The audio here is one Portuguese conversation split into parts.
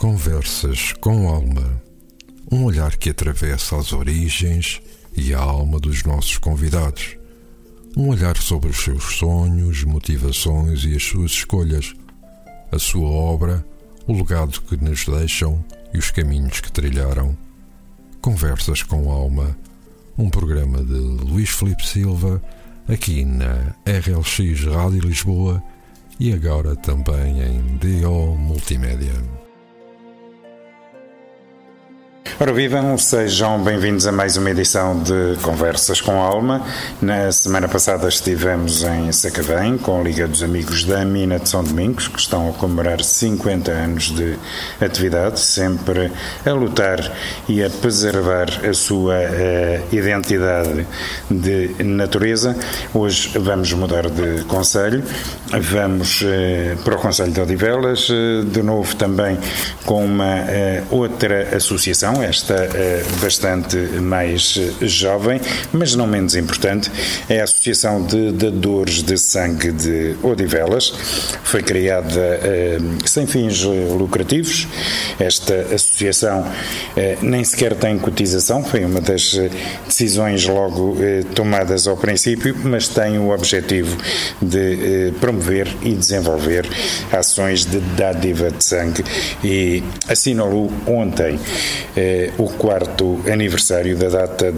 Conversas com Alma, um olhar que atravessa as origens e a alma dos nossos convidados. Um olhar sobre os seus sonhos, motivações e as suas escolhas, a sua obra, o legado que nos deixam e os caminhos que trilharam. Conversas com Alma, um programa de Luís Filipe Silva, aqui na RLX Rádio Lisboa e agora também em DO Multimédia. Ora vivam, sejam bem-vindos a mais uma edição de Conversas com Alma. Na semana passada estivemos em Sacavém com a Liga dos Amigos da Mina de São Domingos, que estão a comemorar 50 anos de atividade, sempre a lutar e a preservar a sua identidade de natureza. Hoje vamos mudar de concelho, vamos para o Concelho de Odivelas, de novo também com uma outra associação, esta bastante mais jovem, mas não menos importante, é a Associação de Dadores de Sangue de Odivelas. Foi criada sem fins lucrativos. Esta associação nem sequer tem cotização, foi uma das decisões logo tomadas ao princípio, mas tem o objetivo de promover e desenvolver ações de dádiva de sangue e assinalou ontem o 4º aniversário da data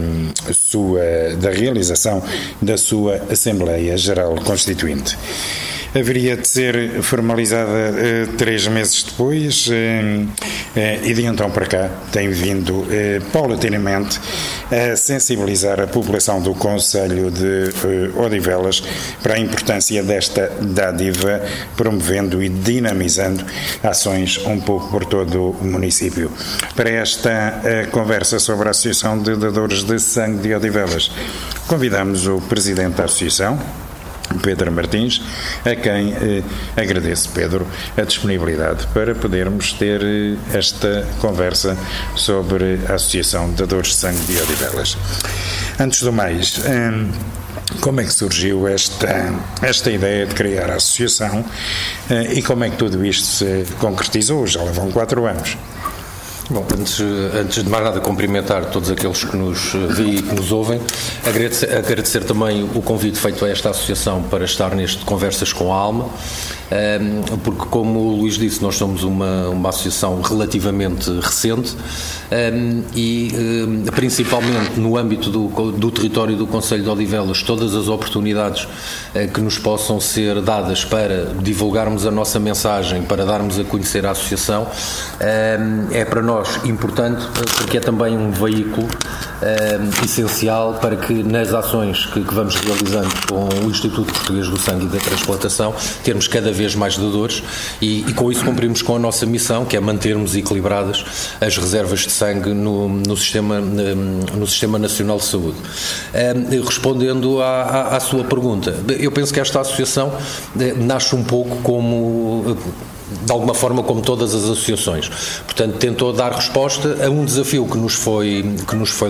da realização da sua Assembleia Geral Constituinte. Haveria de ser formalizada 3 meses depois e de então para cá tem vindo paulatinamente a sensibilizar a população do Concelho de Odivelas para a importância desta dádiva, promovendo e dinamizando ações um pouco por todo o município. Para esta conversa sobre a Associação de Dadores de Sangue de Odivelas, convidamos o Presidente da Associação, Pedro Martins, a quem agradeço, Pedro, a disponibilidade para podermos ter esta conversa sobre a Associação de Dadores de Sangue de Odivelas. Antes do mais, como é que surgiu esta ideia de criar a associação e como é que tudo isto se concretizou? Já levam 4 anos. Bom, antes de mais nada cumprimentar todos aqueles que nos veem e que nos ouvem, agradecer também o convite feito a esta associação para estar neste Conversas com a Alma, porque como o Luís disse, nós somos uma associação relativamente recente e principalmente no âmbito do território do Concelho de Odivelas, todas as oportunidades que nos possam ser dadas para divulgarmos a nossa mensagem, para darmos a conhecer a associação, é para nós importante, porque é também um veículo essencial para que nas ações que vamos realizando com o Instituto Português do Sangue e da Transplantação termos cada vez mais dadores e com isso cumprimos com a nossa missão, que é mantermos equilibradas as reservas de sangue no Sistema Nacional de Saúde. Respondendo à sua pergunta, eu penso que esta associação nasce um pouco como, de alguma forma, como todas as associações. Portanto, tentou dar resposta a um desafio que nos foi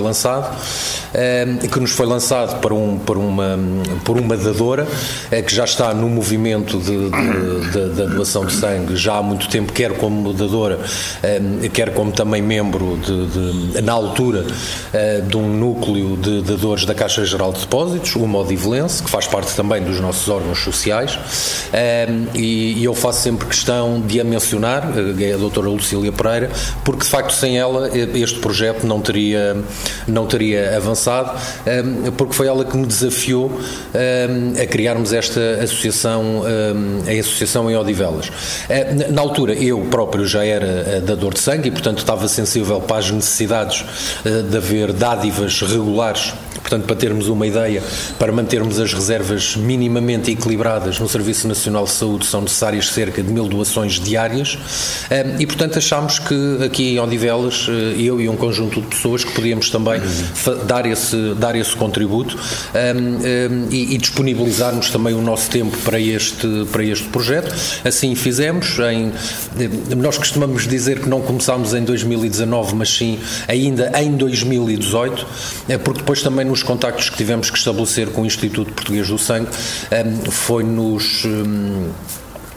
lançado por uma dadora que já está no movimento da doação de sangue já há muito tempo, quer como dadora, quer como também membro na altura de um núcleo de dadores da Caixa Geral de Depósitos, o Odivelense, que faz parte também dos nossos órgãos sociais, e eu faço sempre questão de a mencionar, é a doutora Lucília Pereira, porque de facto sem ela este projeto não teria avançado, porque foi ela que me desafiou a criarmos esta associação, a associação em Odivelas. Na altura eu próprio já era dador de sangue e portanto estava sensível para as necessidades de haver dádivas regulares. Portanto, para termos uma ideia, para mantermos as reservas minimamente equilibradas no Serviço Nacional de Saúde são necessárias cerca de 1000 doações diárias e, portanto, achámos que aqui em Odivelas, eu e um conjunto de pessoas que podíamos também dar esse contributo e disponibilizarmos também o nosso tempo para este projeto. Assim fizemos. Nós costumamos dizer que não começámos em 2019, mas sim ainda em 2018, porque depois também nos contactos que tivemos que estabelecer com o Instituto Português do Sangue foi-nos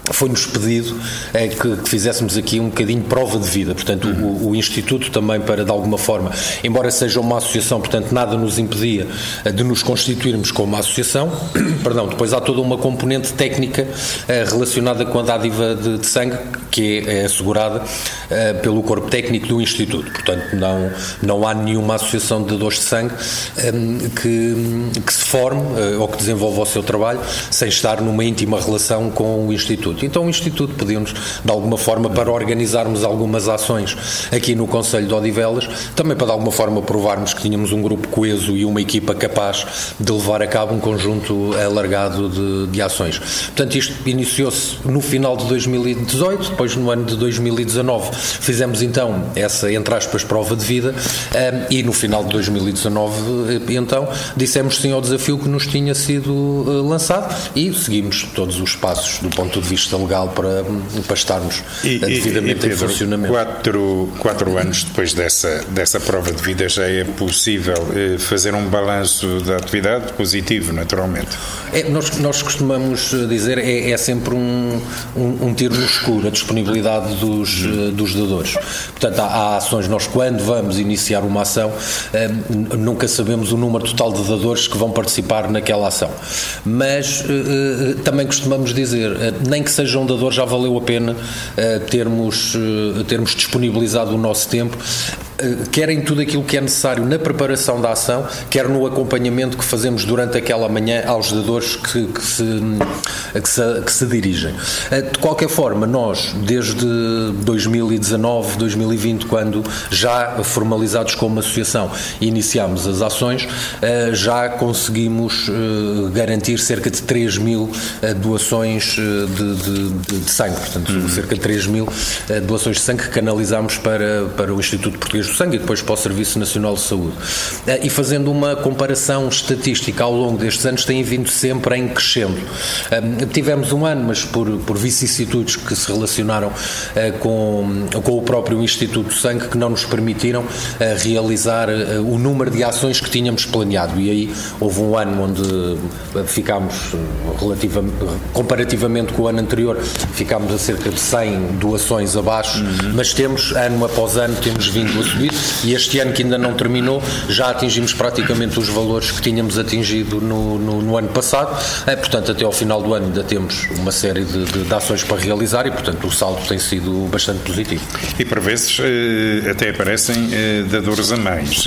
foi-nos pedido que fizéssemos aqui um bocadinho de prova de vida. Portanto, o Instituto também, para de alguma forma, embora seja uma associação, portanto nada nos impedia de nos constituirmos como uma associação. Perdão, depois há toda uma componente técnica relacionada com a dádiva de sangue, que é assegurada pelo corpo técnico do Instituto. Portanto, não há nenhuma associação de dadores de sangue que se forme ou que desenvolva o seu trabalho sem estar numa íntima relação com o Instituto. Então o Instituto pediu-nos, de alguma forma, para organizarmos algumas ações aqui no Concelho de Odivelas, também para de alguma forma provarmos que tínhamos um grupo coeso e uma equipa capaz de levar a cabo um conjunto alargado de ações. Portanto, isto iniciou-se no final de 2018, depois no ano de 2019 fizemos então essa, entre aspas, prova de vida, e no final de 2019 então dissemos sim ao desafio que nos tinha sido lançado e seguimos todos os passos do ponto de vista legal para estarmos devidamente em funcionamento. 4 anos depois dessa prova de vida já é possível fazer um balanço da atividade positivo, naturalmente? Nós costumamos dizer, é sempre um tiro no escuro a disponibilidade dos dadores. Portanto, há ações, nós quando vamos iniciar uma ação nunca sabemos o número total de dadores que vão participar naquela ação, mas também costumamos dizer, nem que seja um dador, já valeu a pena termos disponibilizado o nosso tempo, quer em tudo aquilo que é necessário na preparação da ação, quer no acompanhamento que fazemos durante aquela manhã aos dadores que se dirigem. De qualquer forma, nós, desde 2019, 2020, quando já formalizados como associação iniciámos as ações, já conseguimos garantir cerca de 3 mil doações de sangue, portanto, cerca de 3 mil doações de sangue que canalizámos para o Instituto Português do Sangue e depois para o Serviço Nacional de Saúde. E fazendo uma comparação estatística ao longo destes anos, tem vindo sempre em crescendo. Tivemos um ano, mas por vicissitudes que se relacionaram com o próprio Instituto do Sangue, que não nos permitiram realizar o número de ações que tínhamos planeado. E aí houve um ano onde ficámos, comparativamente com o ano anterior, ficámos a cerca de 100 doações abaixo, mas temos, ano após ano, temos vindo a subir, e este ano que ainda não terminou, já atingimos praticamente os valores que tínhamos atingido no ano passado. Portanto, até ao final do ano ainda temos uma série de ações para realizar e, portanto, o saldo tem sido bastante positivo. E por vezes até aparecem dadores a mais.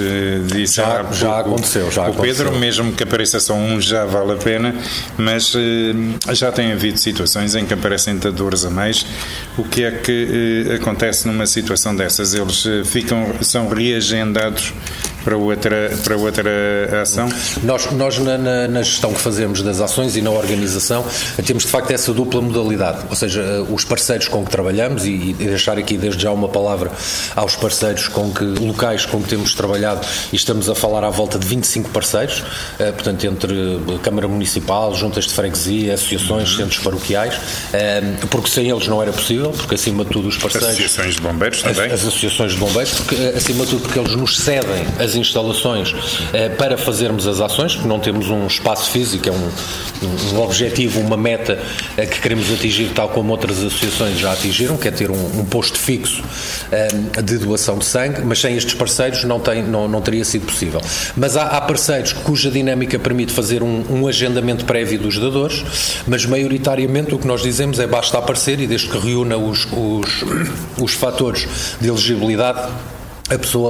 Já aconteceu. O Pedro, mesmo que apareça só um, já vale a pena, mas já tem havido situações em que aparecem dadores a mais. O que é que acontece numa situação dessas? Eles são reagendados para outra ação? Nós na gestão que fazemos das ações e na organização temos de facto essa dupla modalidade, ou seja, os parceiros com que trabalhamos, e deixar aqui desde já uma palavra aos parceiros locais com que temos trabalhado, e estamos a falar à volta de 25 parceiros, portanto entre Câmara Municipal, juntas de freguesia, associações, centros paroquiais, porque sem eles não era possível, porque acima de tudo os parceiros... Associações de bombeiros também? As associações de bombeiros, porque acima de tudo porque eles nos cedem as instalações para fazermos as ações, porque não temos um espaço físico, é um objetivo, uma meta que queremos atingir, tal como outras associações já atingiram, que é ter um posto fixo de doação de sangue, mas sem estes parceiros não teria sido possível. Mas há parceiros cuja dinâmica permite fazer um agendamento prévio dos dadores, mas maioritariamente o que nós dizemos é basta aparecer e desde que reúna os fatores de elegibilidade, a pessoa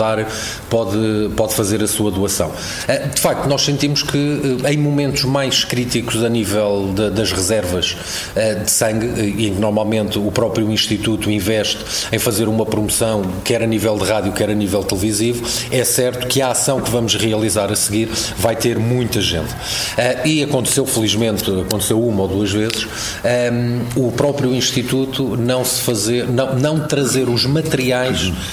pode fazer a sua doação. De facto, nós sentimos que em momentos mais críticos a nível das reservas de sangue, e em que normalmente o próprio Instituto investe em fazer uma promoção, quer a nível de rádio, quer a nível televisivo, é certo que a ação que vamos realizar a seguir vai ter muita gente. E felizmente, aconteceu uma ou duas vezes, o próprio Instituto não trazer os materiais enquanto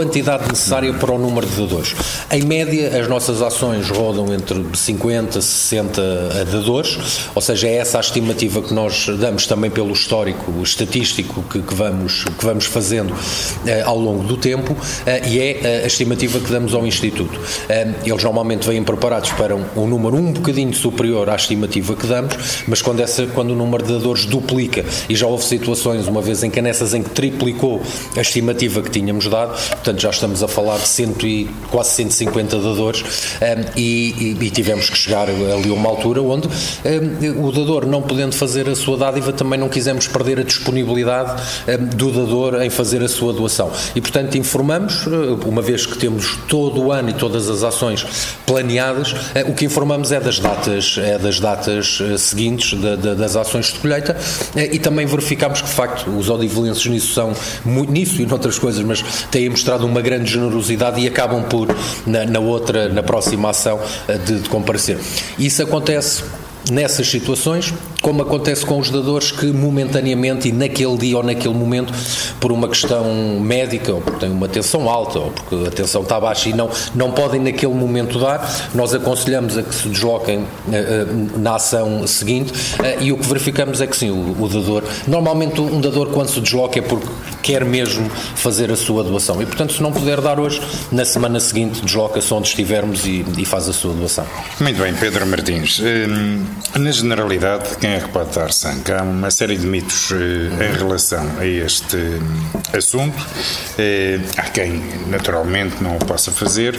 quantidade necessária para o número de dadores. Em média, as nossas ações rodam entre 50 a 60 dadores, ou seja, é essa a estimativa que nós damos também pelo histórico estatístico que vamos fazendo ao longo do tempo, e é a estimativa que damos ao Instituto. Eles normalmente vêm preparados para um número um bocadinho superior à estimativa que damos, mas quando o número de dadores duplica, e já houve situações, uma vez em que nessas em que triplicou a estimativa que tínhamos dado, portanto já estamos a falar de quase 150 dadores, e tivemos que chegar ali a uma altura onde o dador, não podendo fazer a sua dádiva, também não quisemos perder a disponibilidade do dador em fazer a sua doação. E, portanto, informamos, uma vez que temos todo o ano e todas as ações planeadas, o que informamos é das datas seguintes das ações de colheita, e também verificamos que, de facto, os odivelenses nisso e noutras coisas, mas têm mostrado uma grande generosidade e acabam por, na próxima ação, de comparecer. Isso acontece nessas situações, como acontece com os dadores que momentaneamente e naquele dia ou naquele momento, por uma questão médica, ou porque têm uma tensão alta, ou porque a tensão está baixa e não podem naquele momento dar, nós aconselhamos a que se desloquem na ação seguinte, e o que verificamos é que sim, o dador, normalmente um dador quando se desloca é porque quer mesmo fazer a sua doação, e portanto se não puder dar hoje, na semana seguinte desloca-se onde estivermos e faz a sua doação. Muito bem, Pedro Martins. Na generalidade, quem é que pode dar sangue? Há uma série de mitos em relação a este assunto. Há quem, naturalmente, não o possa fazer,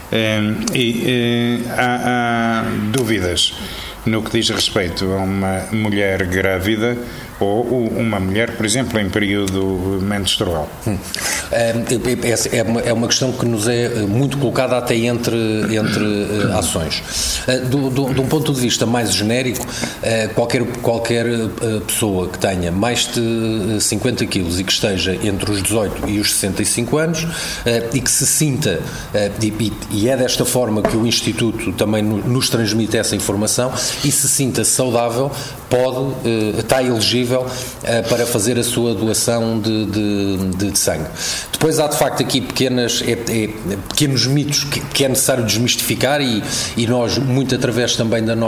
e há dúvidas no que diz respeito a uma mulher grávida ou uma mulher, por exemplo, em período menstrual. É uma questão que nos é muito colocada até entre ações. De um ponto de vista mais genérico, qualquer pessoa que tenha mais de 50 quilos e que esteja entre os 18 e os 65 anos e que se sinta, e é desta forma que o Instituto também nos transmite essa informação, e se sinta saudável, está elegível para fazer a sua doação de sangue. Depois há de facto aqui pequenos mitos que é necessário desmistificar, e nós, muito através também das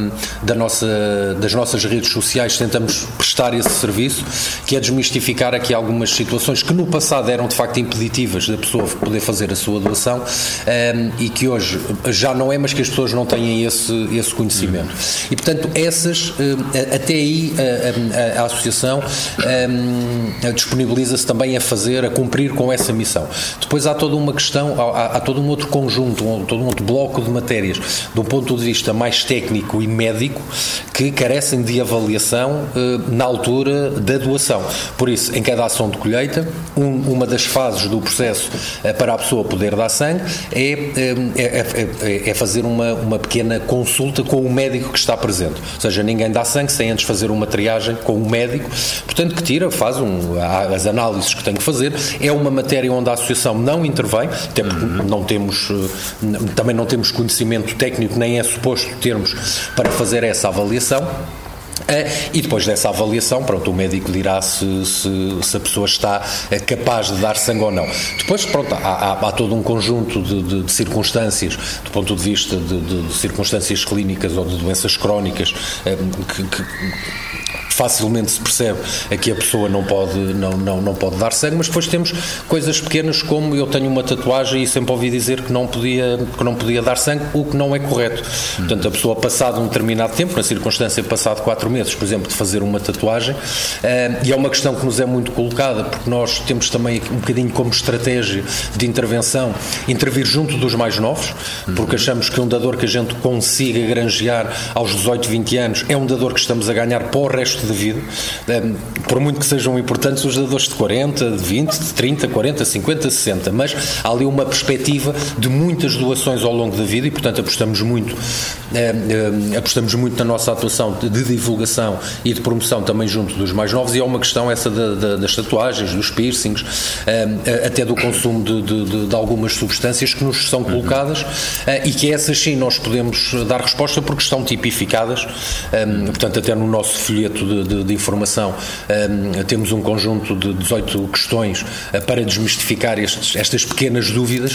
nossas redes sociais, tentamos prestar esse serviço, que é desmistificar aqui algumas situações que no passado eram de facto impeditivas da pessoa poder fazer a sua doação, e que hoje já não é, mas que as pessoas não têm esse conhecimento. E portanto essas, até aí a associação disponibiliza-se também a cumprir com essa missão. Depois há toda uma questão, há todo um outro conjunto, todo um outro bloco de matérias, de um ponto de vista mais técnico e médico, que carecem de avaliação na altura da doação. Por isso, em cada ação de colheita, uma das fases do processo para a pessoa poder dar sangue é fazer uma pequena consulta com o médico que está presente. Ou seja, ninguém dá sangue sem antes fazer uma triagem com o médico, portanto, que faz as análises que tem que fazer. É uma matéria onde a associação não intervém, até porque também não temos conhecimento técnico, nem é suposto termos para fazer essa avaliação. E depois dessa avaliação, o médico dirá se a pessoa está capaz de dar sangue ou não. Depois, há todo um conjunto de circunstâncias, do ponto de vista de circunstâncias clínicas ou de doenças crónicas, que facilmente se percebe que a pessoa não pode dar sangue, mas depois temos coisas pequenas como eu tenho uma tatuagem e sempre ouvi dizer que não podia dar sangue, o que não é correto. Portanto, a pessoa, passado um determinado tempo, na circunstância passado 4 meses, por exemplo, de fazer uma tatuagem, e é uma questão que nos é muito colocada, porque nós temos também um bocadinho como estratégia de intervenção, intervir junto dos mais novos, porque achamos que um dador que a gente consiga granjear aos 18, 20 anos é um dador que estamos a ganhar para o resto da vida, por muito que sejam importantes os dadores de 40, de 20, de 30, 40, 50, 60, mas há ali uma perspectiva de muitas doações ao longo da vida e, portanto, apostamos muito na nossa atuação de divulgação e de promoção também junto dos mais novos, e é uma questão essa das tatuagens, dos piercings, até do consumo de algumas substâncias que nos são colocadas, e que essas sim nós podemos dar resposta porque estão tipificadas, portanto, até no nosso folheto de informação, temos um conjunto de 18 questões para desmistificar estas pequenas dúvidas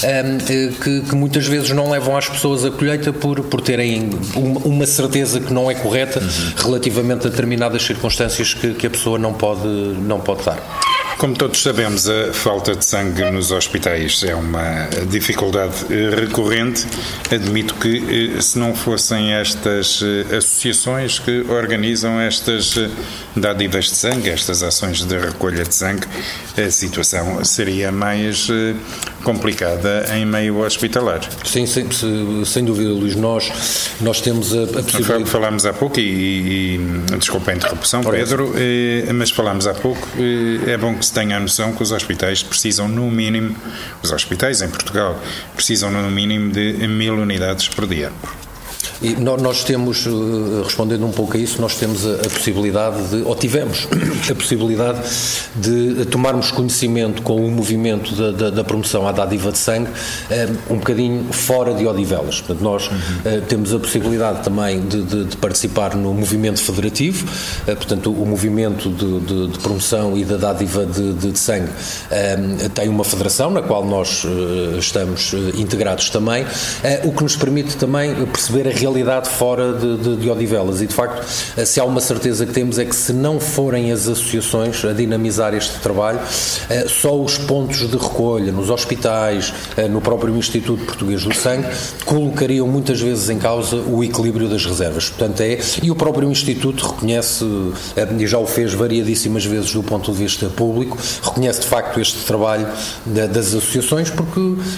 que muitas vezes não levam as pessoas à colheita por terem uma certeza que não é correta relativamente a determinadas circunstâncias que a pessoa não pode dar. Como todos sabemos, a falta de sangue nos hospitais é uma dificuldade recorrente. Admito que, se não fossem estas associações que organizam estas dádivas de sangue, estas ações de recolha de sangue, a situação seria mais complicada em meio hospitalar. Sim, sem dúvida, Luís. Nós temos a possibilidade... Falámos há pouco e desculpa a interrupção, Pedro, mas falámos há pouco, é bom que se tenha a noção que os hospitais precisam no mínimo, os hospitais em Portugal, precisam no mínimo de 1000 unidades por dia. E nós temos, respondendo um pouco a isso, nós temos a possibilidade ou tivemos a possibilidade de tomarmos conhecimento com o movimento da promoção à dádiva de sangue um bocadinho fora de Odivelas. Portanto, nós temos a possibilidade também de participar no movimento federativo, portanto, o movimento de promoção e da dádiva de sangue tem uma federação na qual nós estamos integrados também, o que nos permite também perceber a realidade fora de Odivelas e, de facto, se há uma certeza que temos é que, se não forem as associações a dinamizar este trabalho, só os pontos de recolha nos hospitais, no próprio Instituto Português do Sangue, colocariam muitas vezes em causa o equilíbrio das reservas. Portanto, e o próprio Instituto reconhece, e já o fez variadíssimas vezes do ponto de vista público, reconhece de facto este trabalho das associações, porque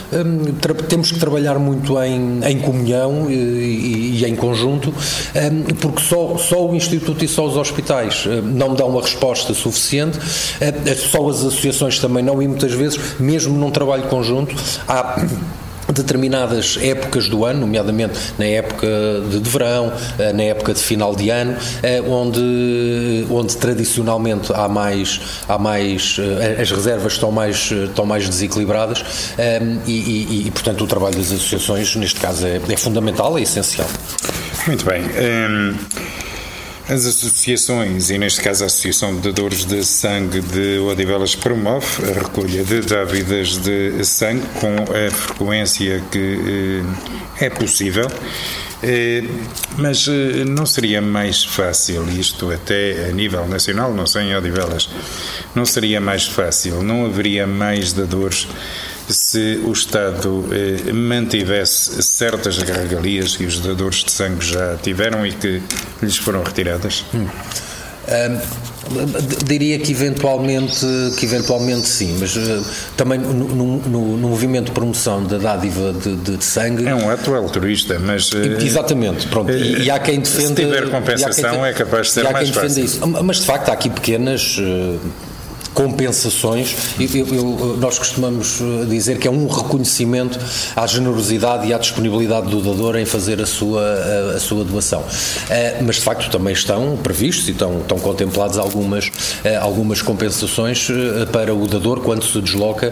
temos que trabalhar muito em comunhão e em conjunto, porque só o Instituto e só os hospitais não dão uma resposta suficiente, só as associações também não, e muitas vezes, mesmo num trabalho conjunto, há determinadas épocas do ano, nomeadamente na época de verão, na época de final de ano, onde tradicionalmente há mais as reservas estão mais desequilibradas, e portanto o trabalho das associações neste caso é fundamental, é essencial. Muito bem. As associações, e neste caso a Associação de Dadores de Sangue de Odivelas, promove a recolha de dávidas de sangue com a frequência que é possível, mas não seria mais fácil, isto até a nível nacional, não sei em Odivelas, não seria mais fácil, não haveria mais dadores se o Estado mantivesse certas regalias que os dadores de sangue já tiveram e que lhes foram retiradas? Diria que eventualmente sim, mas também no movimento de promoção da dádiva de sangue... É um ato altruísta, mas... Exatamente, pronto, e há quem defenda... Se tiver compensação é capaz de ser mais fácil. Isso. Mas de facto há aqui pequenas... compensações, nós costumamos dizer que é um reconhecimento à generosidade e à disponibilidade do dador em fazer a sua doação. Mas de facto também estão previstos e estão contempladas algumas compensações para o dador quando se desloca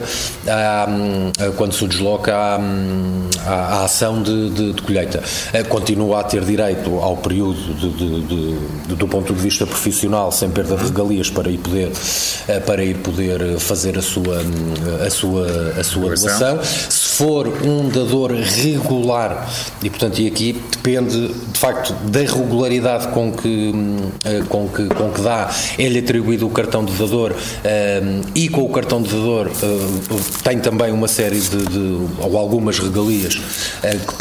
à ação de colheita. Continua a ter direito ao período do ponto de vista profissional, sem perda de regalias, para ir poder fazer a sua doação. Se for um dador regular, e portanto e aqui depende de facto da regularidade com que dá, é-lhe atribuído o cartão de dador, e com o cartão de dador tem também uma série ou algumas regalias que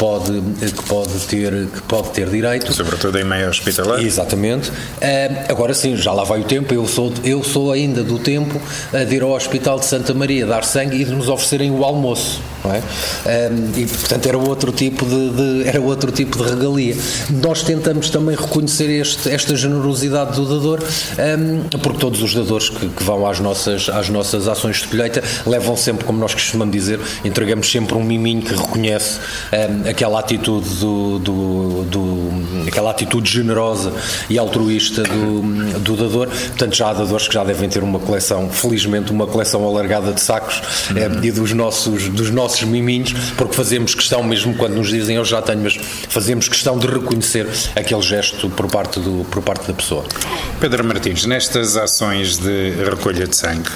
pode ter direito. Sobretudo em meio hospitalar. Exatamente. Agora sim, já lá vai o tempo, eu sou ainda do tempo de ir ao Hospital de Santa Maria dar sangue e de nos oferecerem o almoço, não é? E portanto era outro tipo de regalia. Nós tentamos também reconhecer esta generosidade do dador, porque todos os dadores que vão às nossas ações de colheita levam sempre, como nós costumamos dizer, entregamos sempre um miminho que reconhece aquela atitude aquela atitude generosa e altruísta do dador. Portanto, já há dadores que já devem ter uma coleção, felizmente uma coleção alargada de sacos, e dos nossos nossos miminhos, porque fazemos questão, mesmo quando nos dizem eu já tenho, mas fazemos questão de reconhecer aquele gesto por parte da pessoa. Pedro Martins, nestas ações de recolha de sangue,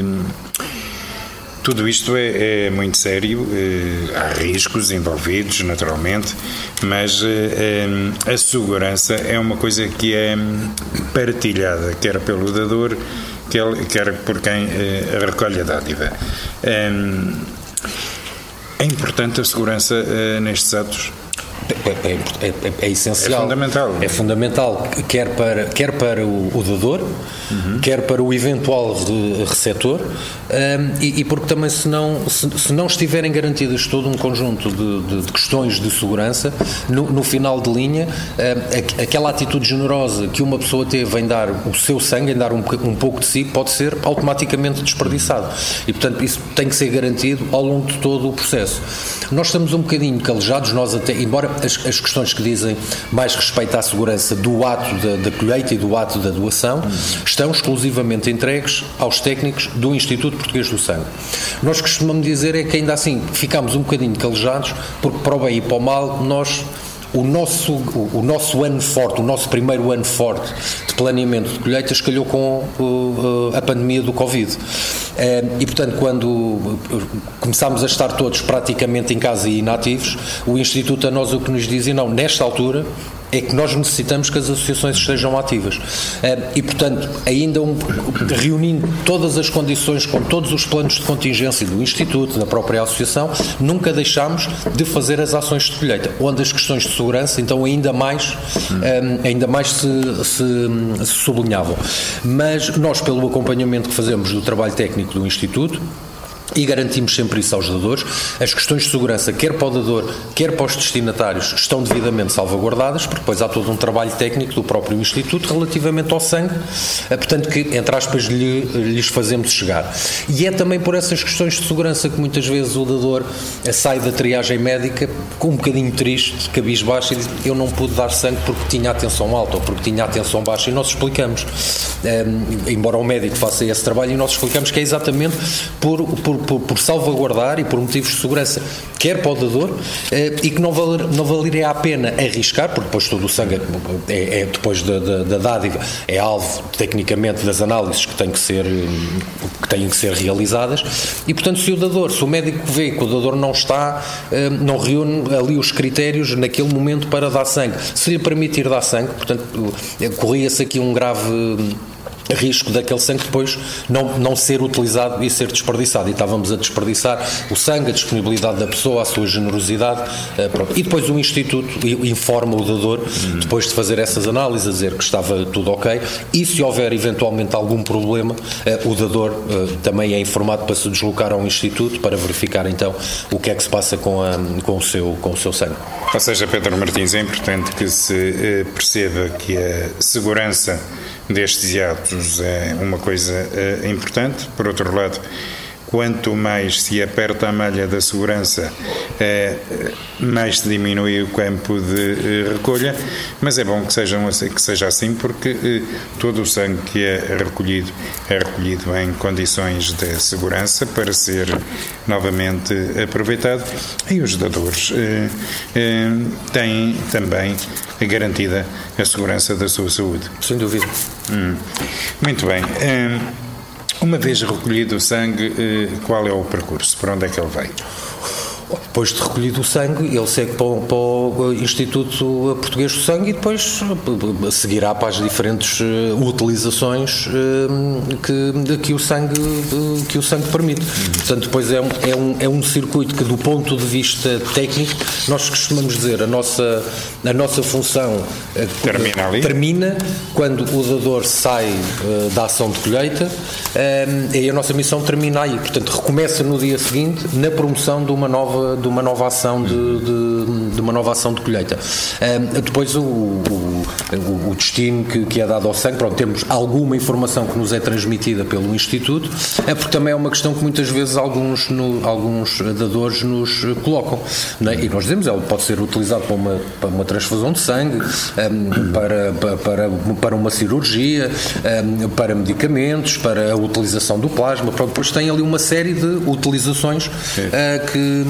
tudo isto é muito sério, há riscos envolvidos, naturalmente, mas a segurança é uma coisa que é partilhada, quer pelo dador, quer por quem recolhe a dádiva. É importante a segurança nestes atos? É essencial. É fundamental. Quer para o dador, quer para o eventual receptor, e porque também se não estiverem garantidas todo um conjunto de questões de segurança, no final de linha, aquela atitude generosa que uma pessoa teve em dar o seu sangue, em dar um pouco de si, pode ser automaticamente desperdiçado. E, portanto, isso tem que ser garantido ao longo de todo o processo. Nós estamos um bocadinho calejados, nós até, embora as questões que dizem mais respeito à segurança do ato da colheita e do ato da doação estão exclusivamente entregues aos técnicos do Instituto Português do Sangue. Nós costumamos dizer é que ainda assim ficamos um bocadinho calejados, porque para o bem e para o mal o nosso ano forte, o nosso primeiro ano forte de planeamento de colheitas calhou com a pandemia do Covid. E, portanto, quando começámos a estar todos praticamente em casa e inativos, o Instituto a nós o que nos dizia, não, nesta altura é que nós necessitamos que as associações estejam ativas. E, portanto, ainda reunindo todas as condições com todos os planos de contingência do Instituto, da própria associação, nunca deixámos de fazer as ações de colheita, onde as questões de segurança, então, ainda mais se sublinhavam. Mas nós, pelo acompanhamento que fazemos do trabalho técnico do Instituto, e garantimos sempre isso aos dadores, as questões de segurança, quer para o dador, quer para os destinatários, estão devidamente salvaguardadas, porque depois há todo um trabalho técnico do próprio Instituto relativamente ao sangue, portanto que, entre aspas, lhes fazemos chegar. E é também por essas questões de segurança que muitas vezes o dador sai da triagem médica com um bocadinho triste, cabisbaixo, e diz, eu não pude dar sangue porque tinha a tensão alta ou porque tinha a tensão baixa, e nós explicamos, embora o médico faça esse trabalho, e nós explicamos que é exatamente por salvaguardar e por motivos de segurança, quer para o dador, e que não valeria a pena arriscar, porque depois todo o sangue depois da dádiva é alvo tecnicamente das análises que têm que ser realizadas, e portanto se o médico vê que o dador não reúne ali os critérios naquele momento para dar sangue, se lhe permitir dar sangue, portanto corria-se aqui um grave risco daquele sangue depois não ser utilizado e ser desperdiçado, e estávamos a desperdiçar o sangue, a disponibilidade da pessoa, a sua generosidade, pronto. E depois o Instituto informa o dador, depois de fazer essas análises, a dizer que estava tudo ok, e se houver eventualmente algum problema, o dador também é informado para se deslocar ao Instituto para verificar então o que é que se passa com o seu sangue. Ou seja, Pedro Martins, é importante que se perceba que a segurança destes atos é uma coisa importante. Por outro lado, quanto mais se aperta a malha da segurança, mais se diminui o campo de recolha, mas é bom que seja assim, porque todo o sangue que é recolhido em condições de segurança para ser novamente aproveitado, e os dadores têm também garantida a segurança da sua saúde. Sem dúvida. Muito bem. Uma vez recolhido o sangue, qual é o percurso? Para onde é que ele vai? Depois de recolhido o sangue, ele segue para o Instituto Português do Sangue e depois seguirá para as diferentes utilizações que o sangue permite. Portanto, depois é um circuito que, do ponto de vista técnico, nós costumamos dizer, a nossa função termina quando o dador sai da ação de colheita, e a nossa missão termina aí. Portanto, recomeça no dia seguinte na promoção de uma nova nova ação de uma nova ação de colheita. Depois o destino que é dado ao sangue, pronto, temos alguma informação que nos é transmitida pelo Instituto, porque também é uma questão que muitas vezes alguns dadores nos colocam, não é? E nós dizemos, ele pode ser utilizado para uma transfusão de sangue, para uma cirurgia, para medicamentos, para a utilização do plasma, pronto, depois tem ali uma série de utilizações que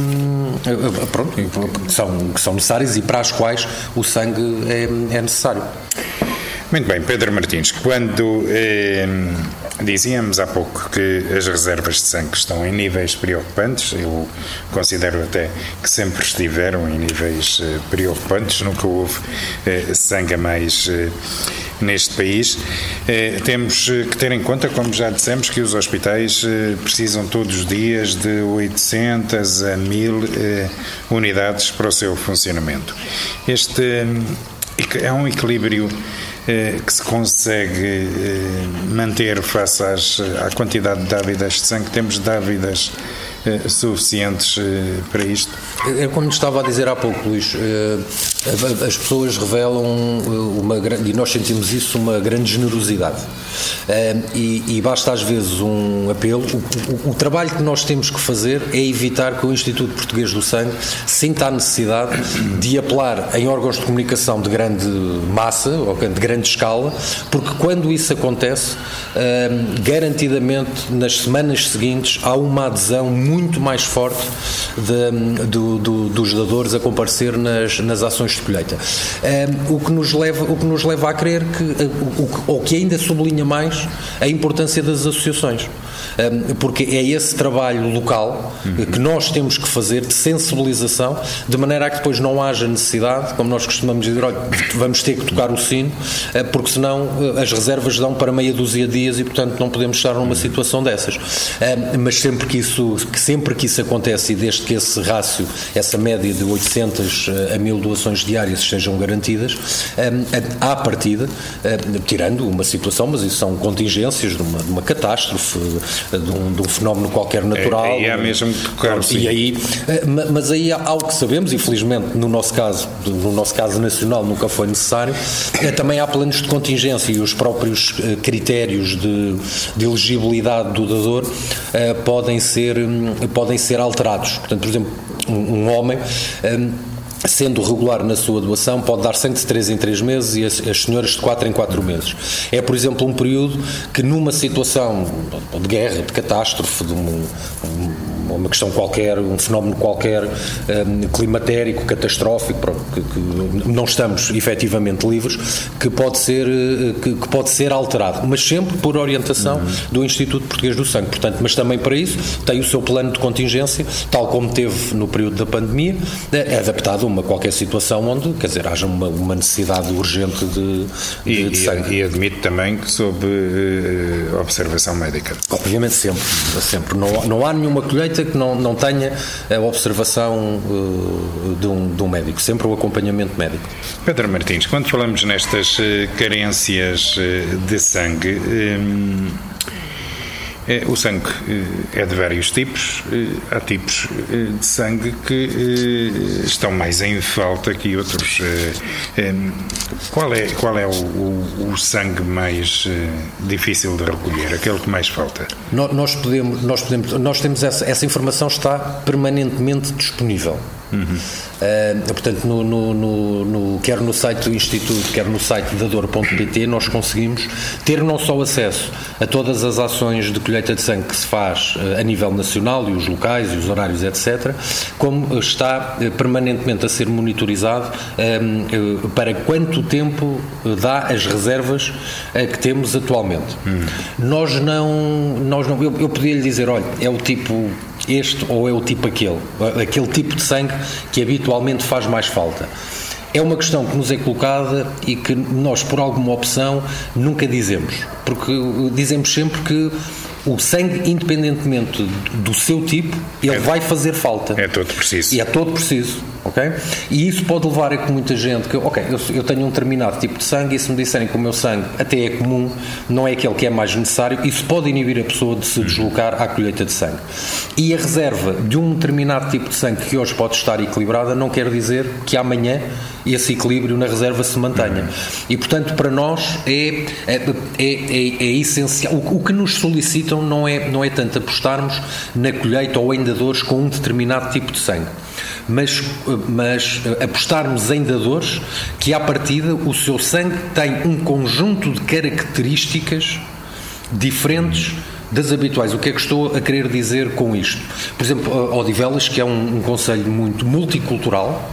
são necessárias e para as quais o sangue é necessário. Muito bem, Pedro Martins, quando dizíamos há pouco que as reservas de sangue estão em níveis preocupantes, eu considero até que sempre estiveram em níveis preocupantes, nunca houve sangue a mais neste país. Temos que ter em conta, como já dissemos, que os hospitais precisam todos os dias de 800 a 1000 unidades para o seu funcionamento. Este é um equilíbrio que se consegue manter face à quantidade de dávidas de sangue. Temos dávidas suficientes para isto? É como estava a dizer há pouco, Luís, as pessoas revelam e nós sentimos isso, uma grande generosidade, e basta às vezes um apelo. O trabalho que nós temos que fazer é evitar que o Instituto Português do Sangue sinta a necessidade de apelar em órgãos de comunicação de grande massa ou de grande escala, porque quando isso acontece, garantidamente nas semanas seguintes há uma adesão muito mais forte dos dadores a comparecer nas ações de colheita, o que nos leva a crer que ainda sublinha mais a importância das associações, porque é esse trabalho local que nós temos que fazer de sensibilização, de maneira a que depois não haja necessidade, como nós costumamos dizer, olha, vamos ter que tocar o sino, porque senão as reservas dão para meia dúzia de dias e portanto não podemos estar numa situação dessas. Mas sempre que isso acontece, e desde que esse rácio, essa média de 800 a 1000 doações diárias estejam garantidas, à partida, tirando uma situação, mas isso são contingências de uma catástrofe, de um fenómeno qualquer natural. Aí há mesmo que tocar o sino. Mas aí há algo que sabemos, e felizmente no nosso caso nacional nunca foi necessário, também há planos de contingência, e os próprios critérios de elegibilidade do dador podem ser alterados. Portanto, por exemplo, um homem, sendo regular na sua doação, pode dar sangue de 3 em 3 meses e as senhoras de 4 em 4 meses. É, por exemplo, um período que numa situação de guerra, de catástrofe, de uma questão qualquer, um fenómeno qualquer, climatérico, catastrófico, que não estamos efetivamente livres, que pode ser alterado, mas sempre por orientação do Instituto Português do Sangue. Portanto, mas também para isso tem o seu plano de contingência, tal como teve no período da pandemia, adaptado a qualquer situação onde, quer dizer, haja uma necessidade urgente de sangue. E admito também que sob observação médica. Obviamente sempre. Não há nenhuma colheita que não tenha a observação de um médico, sempre o acompanhamento médico. Pedro Martins, quando falamos nestas carências de sangue, o sangue é de vários tipos. Há tipos de sangue que estão mais em falta que outros. Qual é o sangue mais difícil de recolher, aquele que mais falta? Nós temos essa informação, está permanentemente disponível. Portanto, quer no site do Instituto, quer no site dador.pt, nós conseguimos ter não só acesso a todas as ações de colheita de sangue que se faz a nível nacional, e os locais e os horários, etc., como está permanentemente a ser monitorizado para quanto tempo dá as reservas que temos atualmente. Eu podia lhe dizer, olha, é o tipo este ou é o tipo aquele tipo de sangue que habitualmente faz mais falta. É uma questão que nos é colocada e que nós, por alguma opção, nunca dizemos, porque dizemos sempre que o sangue, independentemente do seu tipo, ele vai fazer falta. É todo preciso. E é todo preciso, ok? E isso pode levar a que muita gente, eu tenho um determinado tipo de sangue e se me disserem que o meu sangue até é comum, não é aquele que é mais necessário, isso pode inibir a pessoa de se deslocar à colheita de sangue. E a reserva de um determinado tipo de sangue que hoje pode estar equilibrada não quer dizer que amanhã esse equilíbrio na reserva se mantenha. E, portanto, para nós é essencial. O que nos solicitam não é tanto apostarmos na colheita ou em dadores com um determinado tipo de sangue, mas apostarmos em dadores que, à partida, o seu sangue tem um conjunto de características diferentes das habituais. O que é que estou a querer dizer com isto? Por exemplo, Odivelas, que é um concelho muito multicultural,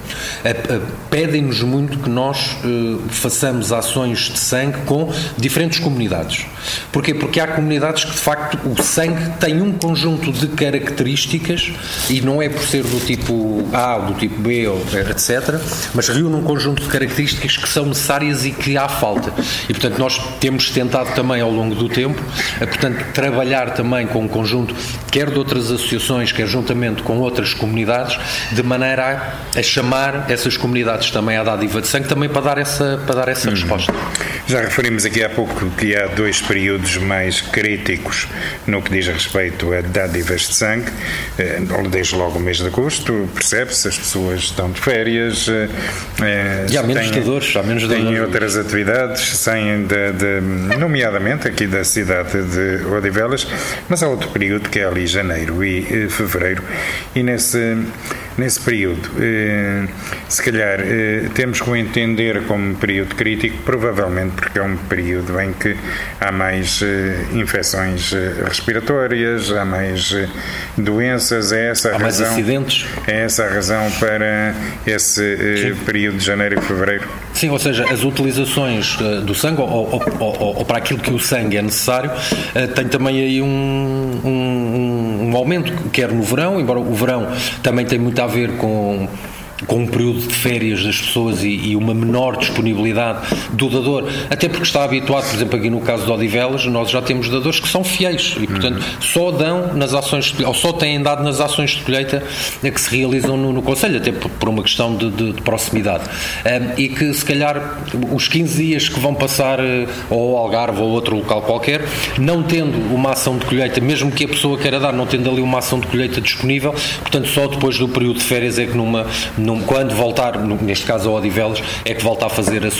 pedem-nos muito que nós façamos ações de sangue com diferentes comunidades. Porquê? Porque há comunidades que, de facto, o sangue tem um conjunto de características e não é por ser do tipo A ou do tipo B, ou etc., mas reúne um conjunto de características que são necessárias e que há falta. E, portanto, nós temos tentado também, ao longo do tempo, trabalhar também com um conjunto, quer de outras associações, quer juntamente com outras comunidades, de maneira a chamar essas comunidades também à dádiva de sangue, também para dar essa resposta. Já referimos aqui há pouco que há 2 períodos mais críticos no que diz respeito a dádivas de sangue. Desde logo o mês de agosto, percebe-se, as pessoas estão de férias, e há menos dadores, têm outras atividades, saem nomeadamente aqui da cidade de Odivelas, mas há outro período que é ali janeiro e fevereiro, e nesse período, se calhar temos que o entender como período crítico, provavelmente porque é um período em que há mais infecções respiratórias, há mais doenças, mais acidentes. É essa a razão para esse período de janeiro e fevereiro? Sim, ou seja, as utilizações do sangue ou para aquilo que o sangue é necessário, tem também aí um aumento, quer no verão, embora o verão também tem muito a ver com um período de férias das pessoas e uma menor disponibilidade do dador, até porque está habituado, por exemplo, aqui no caso de Odivelas, nós já temos dadores que são fiéis e, portanto, só dão nas ações, ou só têm dado nas ações de colheita que se realizam no concelho, até por uma questão de proximidade. E que, se calhar, os 15 dias que vão passar ou ao Algarve ou outro local qualquer, não tendo uma ação de colheita, mesmo que a pessoa queira dar, não tendo ali uma ação de colheita disponível, portanto, só depois do período de férias é que quando voltar, neste caso ao Odivelas, é que volta a fazer a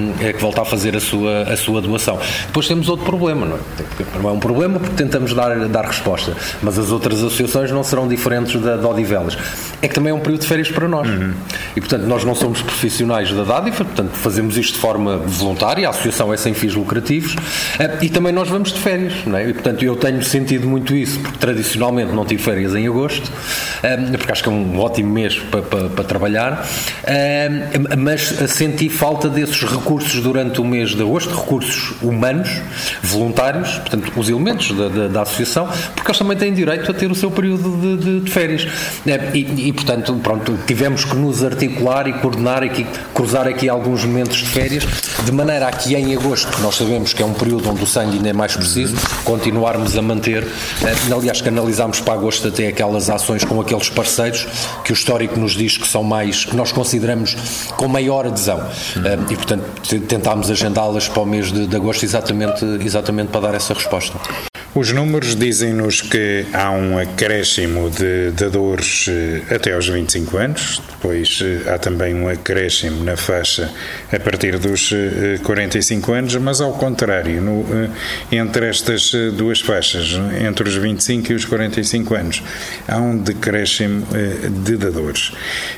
sua doação. Depois temos outro problema, não é? Não é um problema porque tentamos dar resposta, mas as outras associações não serão diferentes da Odivelas. É que também é um período de férias para nós. E, portanto, nós não somos profissionais da dádiva, portanto, fazemos isto de forma voluntária, a associação é sem fins lucrativos, e também nós vamos de férias, não é? E, portanto, eu tenho sentido muito isso, porque tradicionalmente não tive férias em agosto, porque acho que é um ótimo mês para trabalhar, mas senti falta desses recursos durante o mês de agosto, recursos humanos, voluntários, portanto, os elementos da associação, porque eles também têm direito a ter o seu período de férias. E, portanto, pronto, tivemos que nos articular e coordenar aqui, cruzar aqui alguns momentos de férias, de maneira a que em agosto, que nós sabemos que é um período onde o sangue ainda é mais preciso, continuarmos a manter, aliás, canalizámos para agosto até aquelas ações com aqueles parceiros que o histórico nos diz que são mais, que nós consideramos com maior adesão, e, portanto, tentámos agendá-las para o mês de agosto exatamente para dar essa resposta. Os números dizem-nos que há um acréscimo de dadores até aos 25 anos, depois há também um acréscimo na faixa a partir dos 45 anos, mas ao contrário, entre estas duas faixas, entre os 25 e os 45 anos, há um decréscimo de dadores.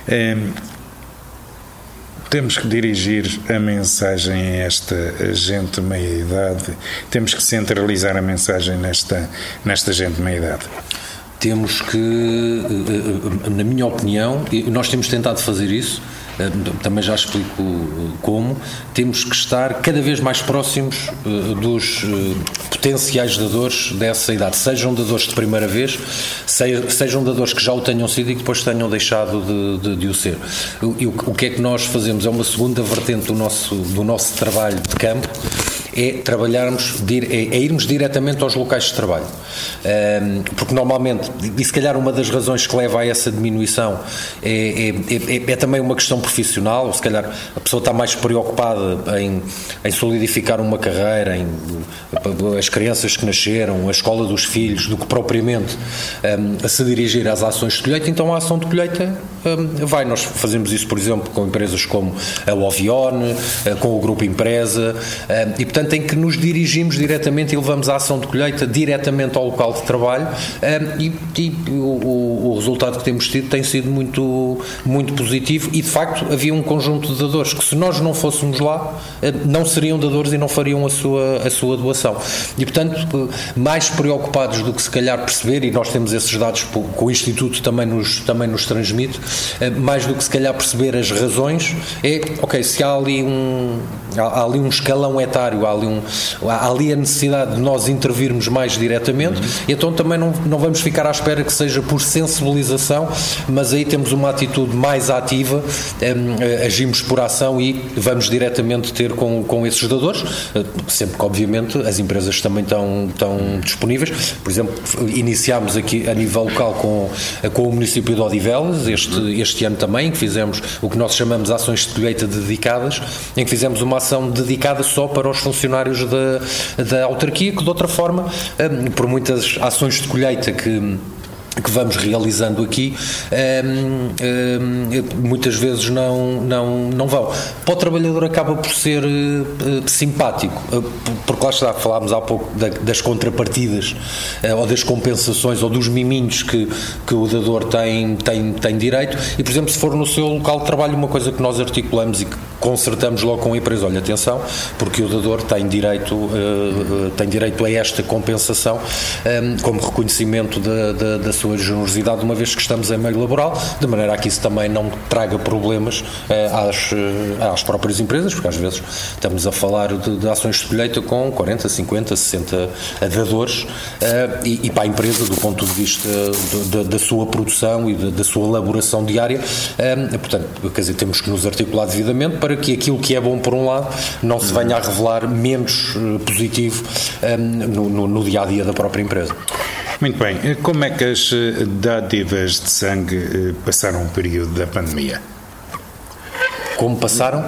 Temos que dirigir a mensagem a esta gente de meia-idade, temos que centralizar a mensagem nesta gente de meia-idade. Temos que, na minha opinião, nós temos tentado fazer isso, também já explico como, temos que estar cada vez mais próximos dos potenciais dadores dessa idade, sejam dadores de primeira vez, sejam dadores que já o tenham sido e que depois tenham deixado de o ser. O que é que nós fazemos? É uma segunda vertente do nosso trabalho de campo, é trabalharmos, é irmos diretamente aos locais de trabalho, porque normalmente, e se calhar uma das razões que leva a essa diminuição é também uma questão profissional, ou se calhar a pessoa está mais preocupada em solidificar uma carreira, em as crianças que nasceram, a escola dos filhos, do que propriamente a se dirigir às ações de colheita. Então a ação de colheita nós fazemos isso, por exemplo, com empresas como a Ovione, com o Grupo Empresa, e portanto em que nos dirigimos diretamente e levamos a ação de colheita diretamente ao local de trabalho, e o resultado que temos tido tem sido muito, muito positivo, e de facto havia um conjunto de dadores que, se nós não fôssemos lá, não seriam dadores e não fariam a sua doação, e portanto mais preocupados do que se calhar perceber, e nós temos esses dados que o Instituto também nos transmite, mais do que se calhar perceber as razões, se há ali um escalão etário, há ali a necessidade de nós intervirmos mais diretamente, e então também não vamos ficar à espera que seja por sensibilização, mas aí temos uma atitude mais ativa, agimos por ação e vamos diretamente ter com esses dadores, sempre que obviamente as empresas também estão disponíveis. Por exemplo, iniciámos aqui a nível local com o município de Odivelas este ano também, que fizemos o que nós chamamos de ações de colheita dedicadas, em que fizemos uma ação dedicada só para os funcionários da autarquia, que de outra forma, por muitas ações de colheita que vamos realizando aqui, muitas vezes não vão. Para o trabalhador acaba por ser simpático, porque lá está, falámos há pouco das contrapartidas, ou das compensações, ou dos miminhos que o dador tem direito, e por exemplo, se for no seu local de trabalho, uma coisa que nós articulamos e que concertamos logo com a empresa, olha, atenção, porque o dador tem direito a esta compensação, como reconhecimento da sua generosidade, uma vez que estamos em meio laboral, de maneira a que isso também não traga problemas às próprias empresas, porque às vezes estamos a falar de ações de colheita com 40, 50, 60 dadores, e para a empresa, do ponto de vista da sua produção e da sua elaboração diária, portanto, quer dizer, temos que nos articular devidamente para que aquilo que é bom por um lado não se venha a revelar menos positivo no dia-a-dia da própria empresa. Muito bem. Como é que as dádivas de sangue passaram o período da pandemia? Como passaram?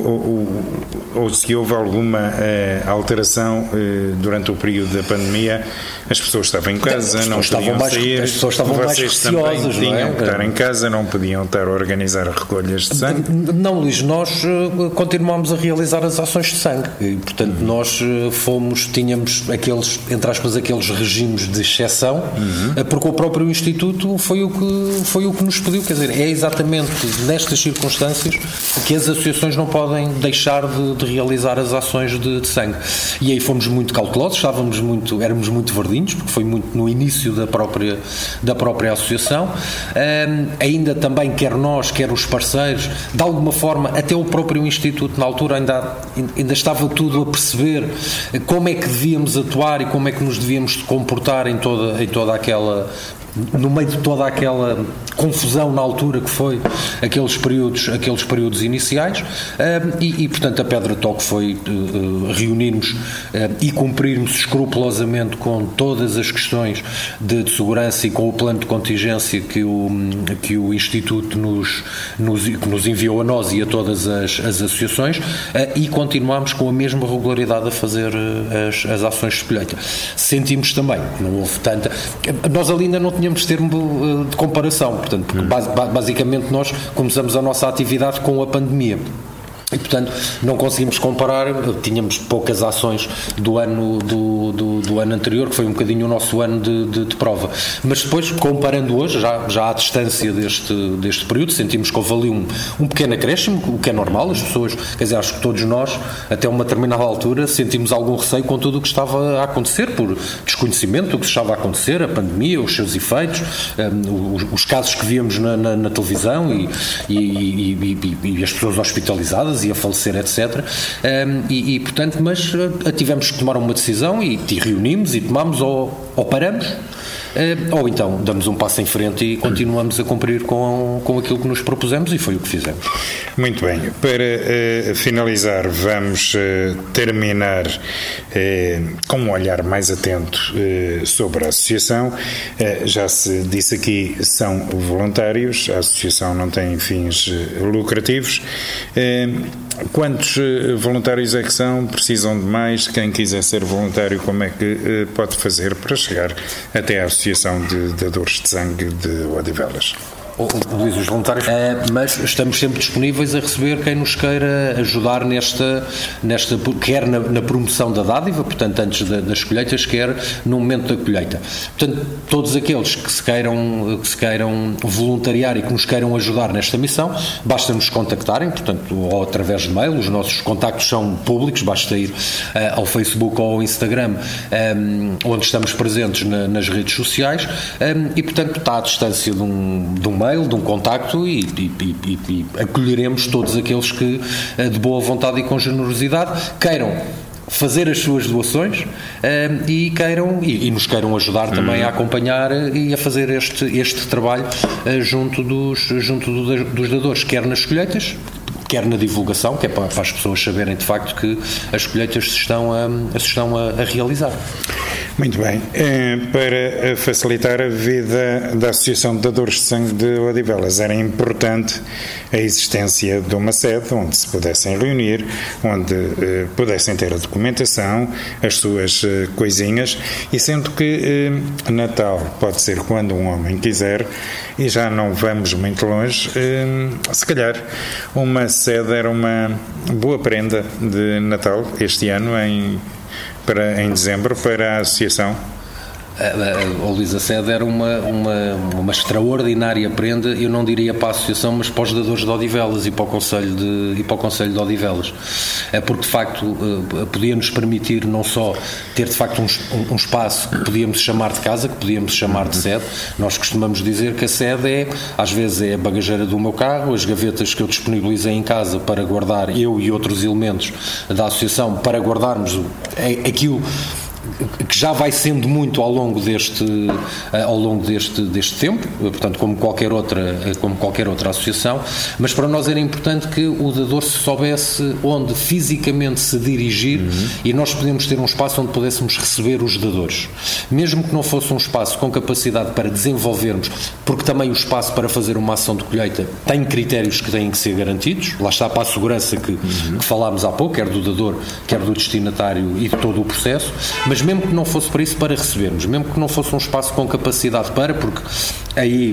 Ou se houve alguma alteração durante o período da pandemia? As pessoas estavam em casa, não podiam sair. As pessoas estavam mais receosas, não é? Tinham que estar em casa, não podiam estar a organizar recolhas de sangue? Não, Luís, nós continuámos a realizar as ações de sangue e, portanto, nós tínhamos aqueles regimes de exceção, porque o próprio Instituto foi o que nos pediu, quer dizer, é exatamente nestas circunstâncias que as associações não podem deixar de realizar as ações de sangue. E aí fomos muito cautelosos, éramos muito verdinhos, porque foi muito no início da própria associação. Ainda também, quer nós, quer os parceiros, de alguma forma, até o próprio Instituto, na altura, ainda estava tudo a perceber como é que devíamos atuar e como é que nos devíamos comportar em toda aquela... no meio de toda aquela confusão na altura que foi aqueles períodos iniciais, e portanto a pedra de toque foi reunirmos e cumprirmos escrupulosamente com todas as questões de segurança e com o plano de contingência que o Instituto nos enviou a nós e a todas as associações, e continuámos com a mesma regularidade a fazer as ações de colheita. Sentimos também que não houve tanta... Nós ali ainda não tínhamos termo de comparação, portanto, porque basicamente nós começamos a nossa atividade com a pandemia. E, portanto, não conseguimos comparar, tínhamos poucas ações do ano anterior, que foi um bocadinho o nosso ano de prova. Mas depois, comparando hoje, já à distância deste período, sentimos que houve ali um pequeno acréscimo, o que é normal, as pessoas, quer dizer, acho que todos nós, até uma determinada altura, sentimos algum receio com tudo o que estava a acontecer, por desconhecimento do que estava a acontecer, a pandemia, os seus efeitos, os casos que víamos na televisão e as pessoas hospitalizadas e a falecer, etc. Portanto, mas tivemos que tomar uma decisão e reunimos e tomámos ou paramos, ou então damos um passo em frente e continuamos a cumprir com aquilo que nos propusemos, e foi o que fizemos. Muito bem. Para finalizar, vamos terminar com um olhar mais atento sobre a associação. Já se disse aqui, são voluntários, a associação não tem fins lucrativos. Quantos voluntários é que são? Precisam de mais? Quem quiser ser voluntário, como é que pode fazer para chegar até à Associação de Dadores de Sangue de Odivelas? Luís, os voluntários, mas estamos sempre disponíveis a receber quem nos queira ajudar nesta quer na promoção da dádiva, portanto antes das colheitas, quer no momento da colheita. Portanto, todos aqueles que se queiram voluntariar e que nos queiram ajudar nesta missão, basta nos contactarem, portanto, ou através de mail. Os nossos contactos são públicos, basta ir ao Facebook ou ao Instagram, onde estamos presentes nas redes sociais, e portanto está à distância de um mail, de um contacto, e acolheremos todos aqueles que, de boa vontade e com generosidade, queiram fazer as suas doações e nos queiram ajudar também a acompanhar e a fazer este trabalho junto dos dadores, quer nas colheitas, quer na divulgação, que é para as pessoas saberem de facto que as colheitas se estão a realizar. Muito bem. Para facilitar a vida da Associação de Dadores de Sangue de Odivelas, era importante a existência de uma sede onde se pudessem reunir, onde pudessem ter a documentação, as suas coisinhas, e sendo que Natal pode ser quando um homem quiser, e já não vamos muito longe, se calhar uma sede era uma boa prenda de Natal este ano, em dezembro, para a Associação. A Luís, a sede era uma extraordinária prenda, eu não diria para a Associação, mas para os dadores de Odivelas e para o Conselho de Odivelas, porque de facto podia-nos permitir não só ter de facto um espaço que podíamos chamar de casa, que podíamos chamar de sede. Nós costumamos dizer que a sede às vezes é a bagageira do meu carro, as gavetas que eu disponibilizei em casa para guardar, eu e outros elementos da Associação, para guardarmos aquilo que já vai sendo muito ao longo deste tempo, portanto, como qualquer outra associação, mas para nós era importante que o dador se soubesse onde fisicamente se dirigir, e nós podemos ter um espaço onde pudéssemos receber os dadores, mesmo que não fosse um espaço com capacidade para desenvolvermos, porque também o espaço para fazer uma ação de colheita tem critérios que têm que ser garantidos, lá está para a segurança que falámos há pouco, quer do dador, quer do destinatário e de todo o processo, mas mesmo que não fosse para isso, para recebermos, mesmo que não fosse um espaço com capacidade porque aí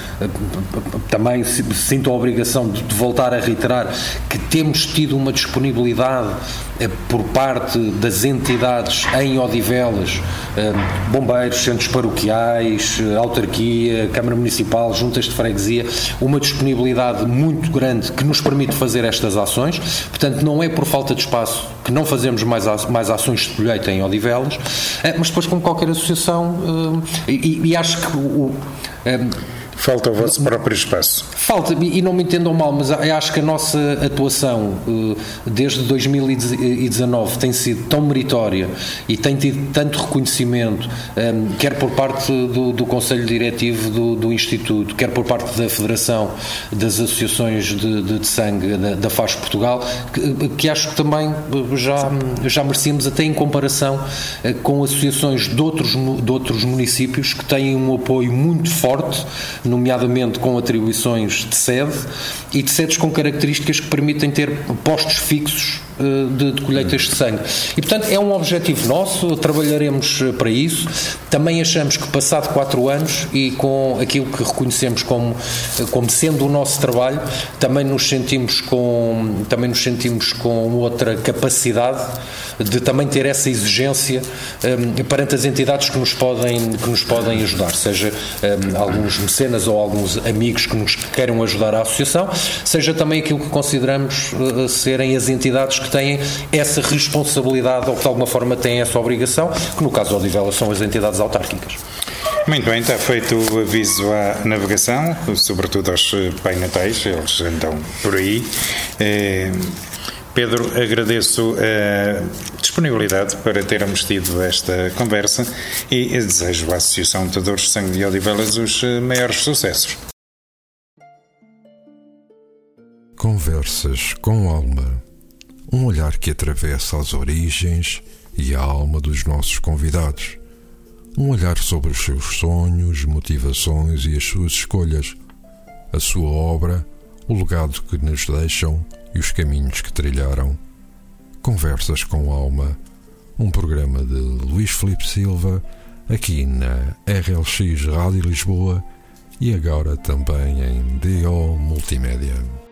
também sinto a obrigação de voltar a reiterar que temos tido uma disponibilidade por parte das entidades em Odivelas, bombeiros, centros paroquiais, autarquia, Câmara Municipal, juntas de freguesia, uma disponibilidade muito grande que nos permite fazer estas ações. Portanto, não é por falta de espaço que não fazemos mais ações de colheita em Odivelas, mas depois, como qualquer associação, e acho que falta o vosso próprio espaço. Falta, e não me entendam mal, mas acho que a nossa atuação desde 2019 tem sido tão meritória e tem tido tanto reconhecimento, quer por parte do Conselho Diretivo do Instituto, quer por parte da Federação das Associações de Sangue da FAS Portugal, que acho que também já merecíamos, até em comparação com associações de outros municípios que têm um apoio muito forte, nomeadamente com atribuições de sede e de sedes com características que permitem ter postos fixos de colheitas de sangue. E, portanto, é um objetivo nosso, trabalharemos para isso. Também achamos que, passado 4 anos e com aquilo que reconhecemos como sendo o nosso trabalho, também nos sentimos com outra capacidade de também ter essa exigência perante as entidades que nos podem ajudar, seja alguns mecenas ou alguns amigos que nos queiram ajudar à associação, seja também aquilo que consideramos serem as entidades que têm essa responsabilidade ou que de alguma forma têm essa obrigação, que no caso de Odivelas são as entidades autárquicas. Muito bem, está feito o aviso à navegação, sobretudo aos Pai Natais, eles andam por aí. Pedro, agradeço a disponibilidade para termos tido esta conversa e desejo à Associação de Dadores de Sangue de Odivelas os maiores sucessos. Conversas com Alma. Um olhar que atravessa as origens e a alma dos nossos convidados. Um olhar sobre os seus sonhos, motivações e as suas escolhas. A sua obra, o legado que nos deixam e os caminhos que trilharam. Conversas com Alma. Um programa de Luís Filipe Silva, aqui na RLX Rádio Lisboa e agora também em DO Multimédia.